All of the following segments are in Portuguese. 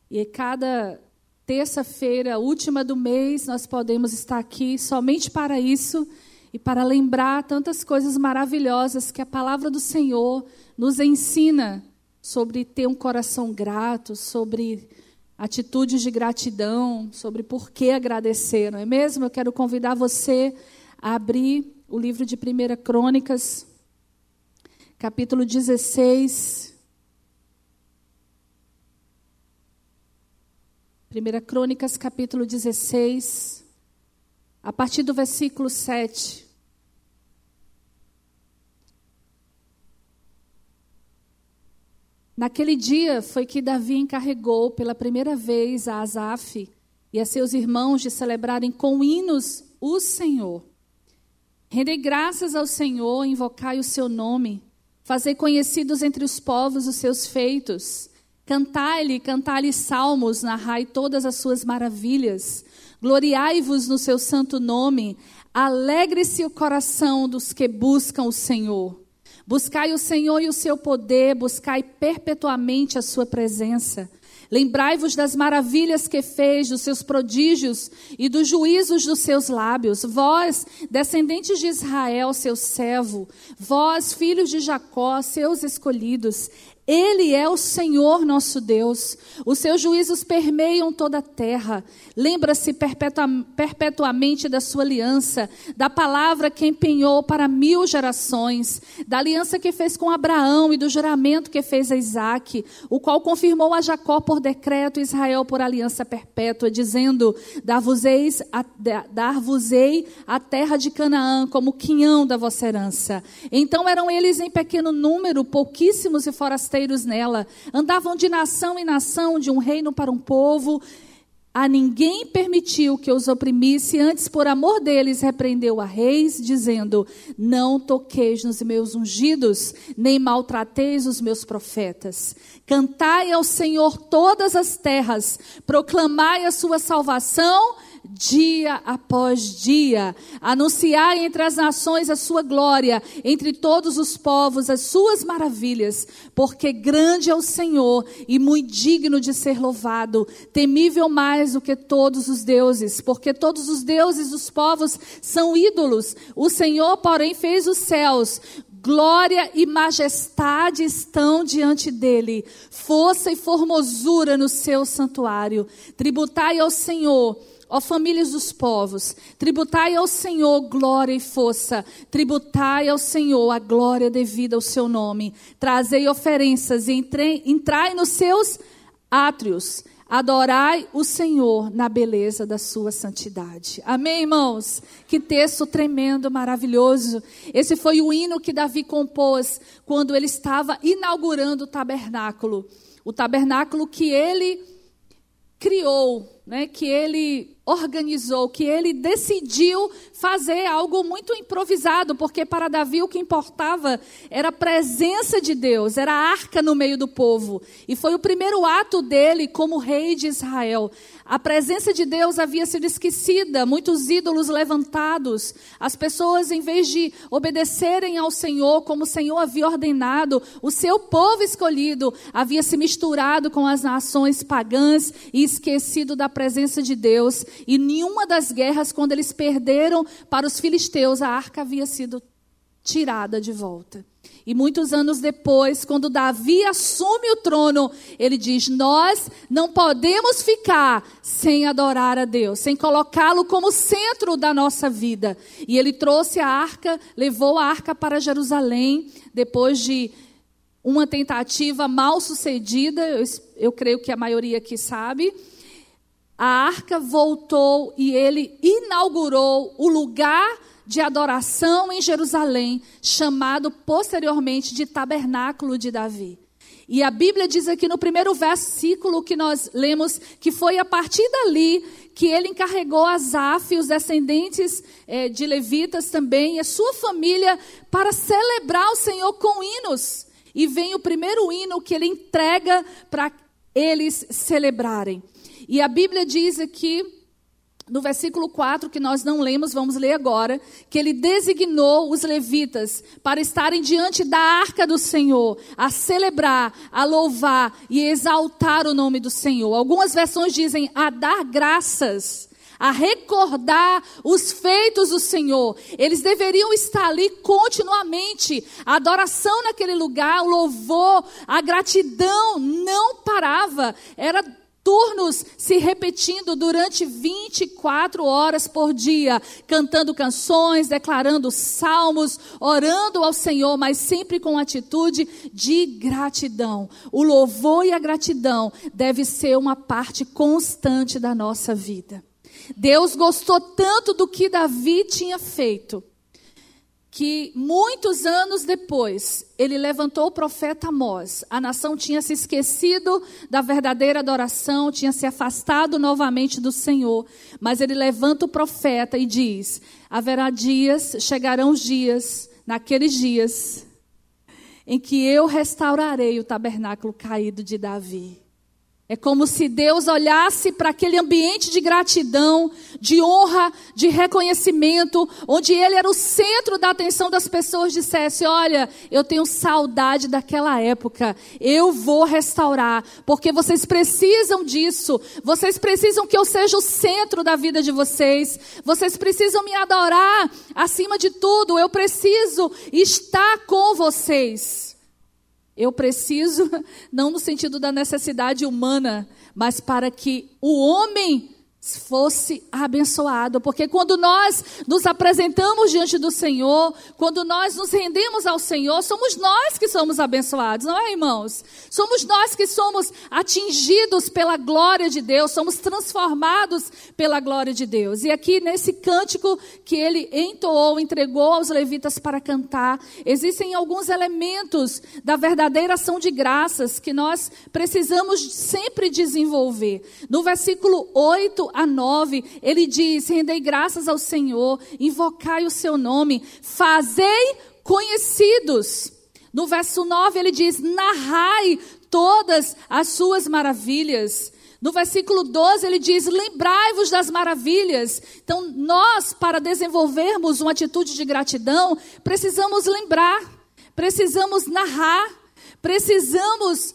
E cada terça-feira, última do mês, nós podemos estar aqui somente para isso e para lembrar tantas coisas maravilhosas que a palavra do Senhor nos ensina sobre ter um coração grato, sobre atitudes de gratidão, sobre por que agradecer, não é mesmo? Eu quero convidar você a abrir o livro de 1 Crônicas, capítulo 16. 1 Crônicas, capítulo 16, a partir do versículo 7. Naquele dia foi que Davi encarregou pela primeira vez a Asaf e a seus irmãos de celebrarem com hinos o Senhor. Rendei graças ao Senhor, invocai o seu nome, fazei conhecidos entre os povos os seus feitos. Cantai-lhe salmos, narrai todas as suas maravilhas. Gloriai-vos no seu santo nome. Alegre-se o coração dos que buscam o Senhor. Buscai o Senhor e o seu poder, buscai perpetuamente a sua presença. Lembrai-vos das maravilhas que fez, dos seus prodígios e dos juízos dos seus lábios. Vós, descendentes de Israel, seu servo, vós, filhos de Jacó, seus escolhidos. Ele é o Senhor nosso Deus. Os seus juízos permeiam toda a terra. Lembra-se perpetuamente da sua aliança, da palavra que empenhou para 1000 gerações, da aliança que fez com Abraão e do juramento que fez a Isaque, o qual confirmou a Jacó por decreto e Israel por aliança perpétua, dizendo: dar-vos-ei a terra de Canaã como quinhão da vossa herança. Então eram eles em pequeno número, pouquíssimos e forasteiros nela, andavam de nação em nação, de um reino para um povo. A ninguém permitiu que os oprimisse, antes por amor deles repreendeu a reis, dizendo: não toqueis nos meus ungidos, nem maltrateis os meus profetas. Cantai ao Senhor todas as terras, proclamai a sua salvação dia após dia. Anunciai entre as nações a sua glória, entre todos os povos as suas maravilhas, porque grande é o Senhor e muito digno de ser louvado, temível mais do que todos os deuses, porque todos os deuses dos povos são ídolos. O Senhor, porém, fez os céus. Glória e majestade estão diante dele, força e formosura no seu santuário. Tributai ao Senhor, ó famílias dos povos, tributai ao Senhor glória e força, tributai ao Senhor a glória devida ao seu nome. Trazei oferenças e entrai nos seus átrios. Adorai o Senhor na beleza da sua santidade. Amém, irmãos? Que texto tremendo, maravilhoso. Esse foi o hino que Davi compôs quando ele estava inaugurando o tabernáculo. O tabernáculo que ele criou, né, que ele organizou, que ele decidiu fazer algo muito improvisado, porque para Davi o que importava era a presença de Deus, era a arca no meio do povo. E foi o primeiro ato dele como rei de Israel. A presença de Deus havia sido esquecida, muitos ídolos levantados. As pessoas, em vez de obedecerem ao Senhor, como o Senhor havia ordenado, o seu povo escolhido havia se misturado com as nações pagãs e esquecido da presença de Deus. E nenhuma das guerras, quando eles perderam para os filisteus, a arca havia sido tirada de volta. E muitos anos depois, quando Davi assume o trono, ele diz: nós não podemos ficar sem adorar a Deus, sem colocá-lo como centro da nossa vida. E ele trouxe a arca, levou a arca para Jerusalém, depois de uma tentativa mal sucedida, eu creio que a maioria aqui sabe. A arca voltou e ele inaugurou o lugar de adoração em Jerusalém, chamado posteriormente de Tabernáculo de Davi. E a Bíblia diz aqui no primeiro versículo que nós lemos, que foi a partir dali que ele encarregou Asaf e os descendentes de levitas também, e a sua família, para celebrar o Senhor com hinos. E vem o primeiro hino que ele entrega para eles celebrarem. E a Bíblia diz aqui no versículo 4, que nós não lemos, vamos ler agora, que ele designou os levitas para estarem diante da arca do Senhor, a celebrar, a louvar e exaltar o nome do Senhor. Algumas versões dizem a dar graças, a recordar os feitos do Senhor. Eles deveriam estar ali continuamente. A adoração naquele lugar, o louvor, a gratidão não parava. Era turnos se repetindo durante 24 horas por dia, cantando canções, declarando salmos, orando ao Senhor, mas sempre com atitude de gratidão. O louvor e a gratidão deve ser uma parte constante da nossa vida. Deus gostou tanto do que Davi tinha feito, que muitos anos depois, ele levantou o profeta Amós. A nação tinha se esquecido da verdadeira adoração, tinha se afastado novamente do Senhor. Mas ele levanta o profeta e diz: haverá dias, chegarão os dias, naqueles dias, em que eu restaurarei o tabernáculo caído de Davi. É como se Deus olhasse para aquele ambiente de gratidão, de honra, de reconhecimento, onde Ele era o centro da atenção das pessoas, dissesse: olha, eu tenho saudade daquela época, eu vou restaurar, porque vocês precisam disso, vocês precisam que eu seja o centro da vida de vocês, vocês precisam me adorar acima de tudo, eu preciso estar com vocês. Eu preciso, não no sentido da necessidade humana, mas para que o homem fosse abençoado. Porque quando nós nos apresentamos diante do Senhor, quando nós nos rendemos ao Senhor, somos nós que somos abençoados, não é, irmãos? Somos nós que somos atingidos pela glória de Deus, somos transformados pela glória de Deus. E aqui nesse cântico que ele entoou, entregou aos levitas para cantar, existem alguns elementos da verdadeira ação de graças que nós precisamos sempre desenvolver. No versículo 8 a 9, ele diz: rendei graças ao Senhor, invocai o seu nome, fazei conhecidos. No verso 9 ele diz: narrai todas as suas maravilhas. No versículo 12 ele diz: lembrai-vos das maravilhas. Então nós, para desenvolvermos uma atitude de gratidão, precisamos lembrar, precisamos narrar, precisamos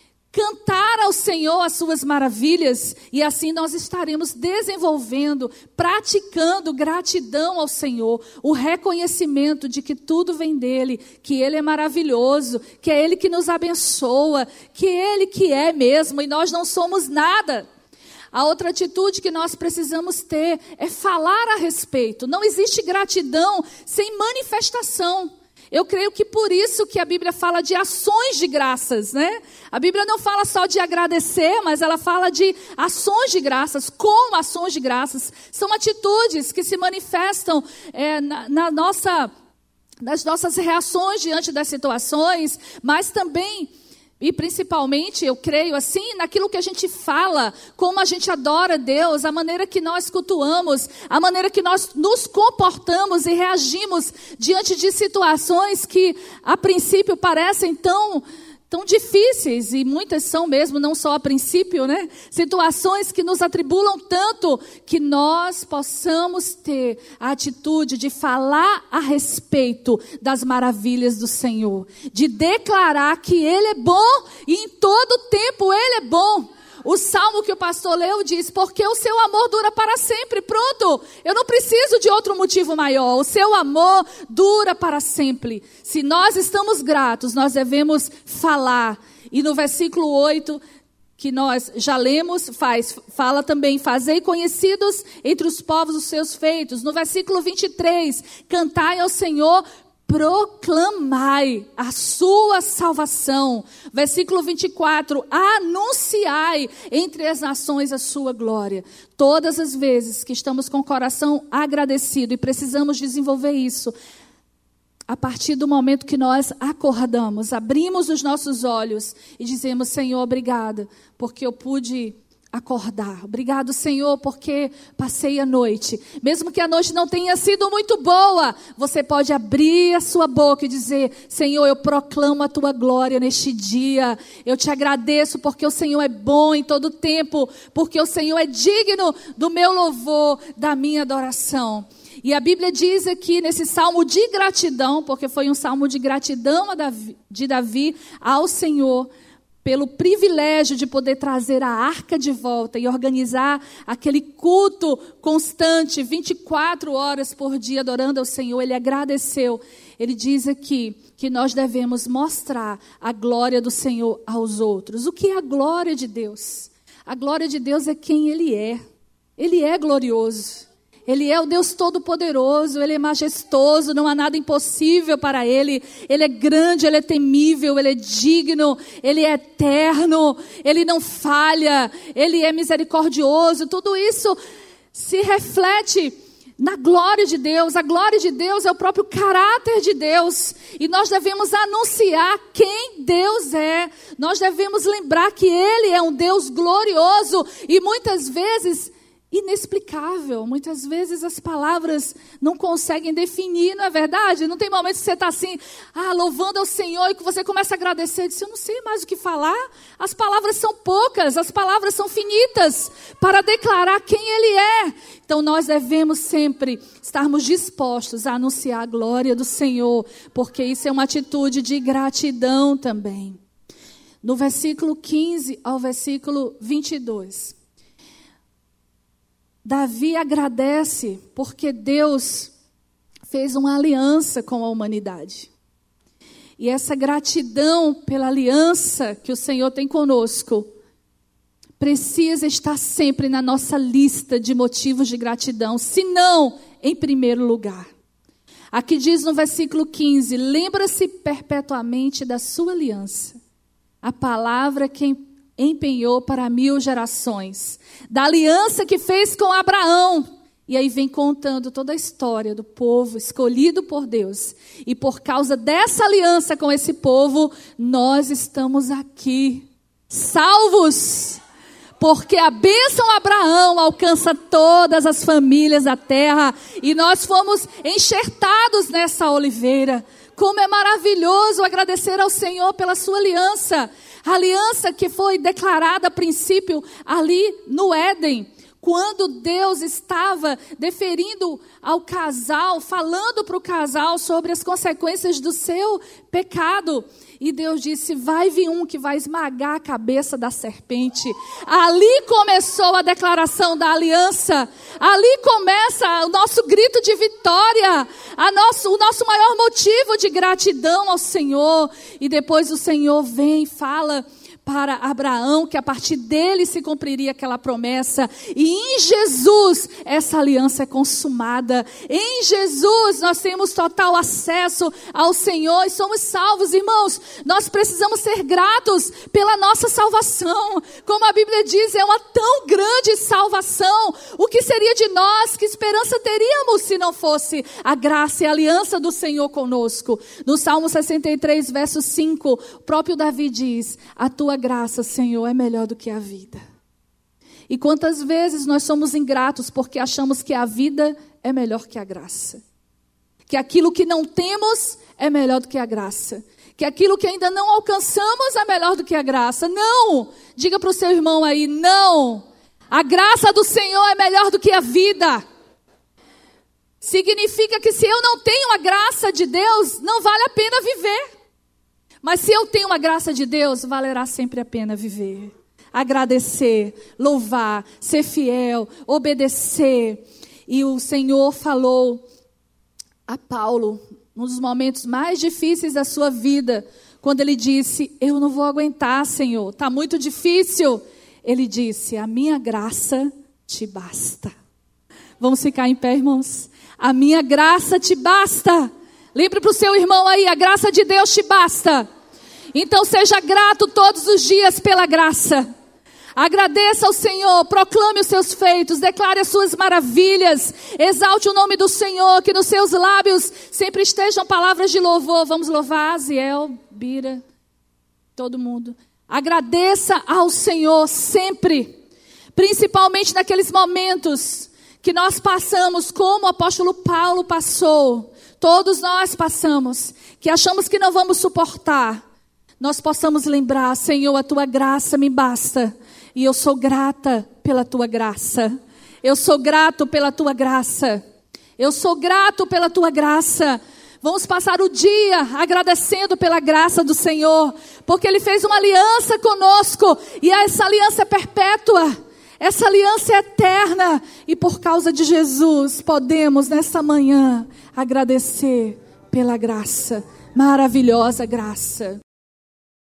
cantar ao Senhor as suas maravilhas, e assim nós estaremos desenvolvendo, praticando gratidão ao Senhor, o reconhecimento de que tudo vem dEle, que Ele é maravilhoso, que é Ele que nos abençoa, que é Ele que é mesmo, e nós não somos nada. A outra atitude que nós precisamos ter é falar a respeito. Não existe gratidão sem manifestação. Eu creio que por isso que a Bíblia fala de ações de graças, né? A Bíblia não fala só de agradecer, mas ela fala de ações de graças. Como ações de graças? São atitudes que se manifestam nas nossas reações diante das situações, mas também, e principalmente, eu creio assim, naquilo que a gente fala, como a gente adora Deus, a maneira que nós cultuamos, a maneira que nós nos comportamos e reagimos diante de situações que a princípio parecem tão difíceis, e muitas são mesmo, não só a princípio, né? Situações que nos atribulam tanto, que nós possamos ter a atitude de falar a respeito das maravilhas do Senhor, de declarar que Ele é bom e em todo tempo Ele é bom. O salmo que o pastor leu diz: porque o seu amor dura para sempre. Pronto, eu não preciso de outro motivo maior. O seu amor dura para sempre. Se nós estamos gratos, nós devemos falar. E no versículo 8, que nós já lemos, fala também: fazei conhecidos entre os povos os seus feitos. No versículo 23, cantai ao Senhor, proclamai a sua salvação. Versículo 24, anunciai entre as nações a sua glória. Todas as vezes que estamos com o coração agradecido, e precisamos desenvolver isso, a partir do momento que nós acordamos, abrimos os nossos olhos e dizemos: Senhor, obrigada, porque eu pude acordar. Obrigado, Senhor, porque passei a noite. Mesmo que a noite não tenha sido muito boa, você pode abrir a sua boca e dizer: Senhor, eu proclamo a tua glória neste dia. Eu te agradeço porque o Senhor é bom em todo tempo, porque o Senhor é digno do meu louvor, da minha adoração. E a Bíblia diz aqui nesse salmo de gratidão, porque foi um salmo de gratidão de Davi ao Senhor, pelo privilégio de poder trazer a arca de volta e organizar aquele culto constante, 24 horas por dia, adorando ao Senhor. Ele agradeceu. Ele diz aqui que nós devemos mostrar a glória do Senhor aos outros. O que é a glória de Deus? A glória de Deus é quem Ele é. Ele é glorioso. Ele é o Deus Todo-Poderoso, Ele é majestoso, não há nada impossível para Ele. Ele é grande, Ele é temível, Ele é digno, Ele é eterno, Ele não falha, Ele é misericordioso. Tudo isso se reflete na glória de Deus. A glória de Deus é o próprio caráter de Deus. E nós devemos anunciar quem Deus é. Nós devemos lembrar que Ele é um Deus glorioso e muitas vezes inexplicável. Muitas vezes as palavras não conseguem definir, não é verdade? Não tem momentos que você está assim, louvando ao Senhor, e que você começa a agradecer e diz: eu não sei mais o que falar. As palavras são poucas, as palavras são finitas para declarar quem Ele é. Então nós devemos sempre estarmos dispostos a anunciar a glória do Senhor, porque isso é uma atitude de gratidão também. No versículo 15 ao versículo 22. Davi agradece porque Deus fez uma aliança com a humanidade. E essa gratidão pela aliança que o Senhor tem conosco precisa estar sempre na nossa lista de motivos de gratidão, se não em primeiro lugar. Aqui diz no versículo 15: lembra-se perpetuamente da sua aliança, a palavra que empenhou para 1000 gerações, da aliança que fez com Abraão. E aí vem contando toda a história do povo escolhido por Deus. E por causa dessa aliança com esse povo, nós estamos aqui, salvos. Porque a bênção Abraão alcança todas as famílias da terra. E nós fomos enxertados nessa oliveira. Como é maravilhoso agradecer ao Senhor pela sua aliança. A aliança que foi declarada a princípio ali no Éden, quando Deus estava deferindo ao casal, falando para o casal sobre as consequências do seu pecado. E Deus disse: vai vir um que vai esmagar a cabeça da serpente. Ali começou a declaração da aliança. Ali começa o nosso grito de vitória. O nosso maior motivo de gratidão ao Senhor. E depois o Senhor vem e fala para Abraão que a partir dele se cumpriria aquela promessa. E em Jesus essa aliança é consumada. Em Jesus nós temos total acesso ao Senhor e somos salvos. Irmãos, nós precisamos ser gratos pela nossa salvação. Como a Bíblia diz, é uma tão grande salvação. O que seria de nós? Que esperança teríamos se não fosse a graça e a aliança do Senhor conosco? No Salmo 63, verso 5, o próprio Davi diz: a tua graça, Senhor, é melhor do que a vida. E quantas vezes nós somos ingratos porque achamos que a vida é melhor que a graça, que aquilo que não temos é melhor do que a graça, que aquilo que ainda não alcançamos é melhor do que a graça. Não! Diga para o seu irmão aí: não! A graça do Senhor é melhor do que a vida. Significa que se eu não tenho a graça de Deus, não vale a pena viver. Mas se eu tenho a graça de Deus, valerá sempre a pena viver. Agradecer, louvar, ser fiel, obedecer. E o Senhor falou a Paulo, num dos momentos mais difíceis da sua vida, quando ele disse: eu não vou aguentar, Senhor, está muito difícil. Ele disse: a minha graça te basta. Vamos ficar em pé, irmãos? A minha graça te basta. Lembre para o seu irmão aí: a graça de Deus te basta. Então seja grato todos os dias pela graça. Agradeça ao Senhor, proclame os seus feitos, declare as suas maravilhas, exalte o nome do Senhor, que nos seus lábios sempre estejam palavras de louvor. Vamos louvar, Aziel, Bira, todo mundo. Agradeça ao Senhor sempre. Principalmente naqueles momentos que nós passamos, como o apóstolo Paulo passou, todos nós passamos, que achamos que não vamos suportar, nós possamos lembrar: Senhor, a tua graça me basta, e eu sou grata pela tua graça, eu sou grato pela tua graça, eu sou grato pela tua graça. Vamos passar o dia agradecendo pela graça do Senhor, porque Ele fez uma aliança conosco, e essa aliança é perpétua. Essa aliança é eterna, e por causa de Jesus podemos nessa manhã agradecer pela graça, maravilhosa graça.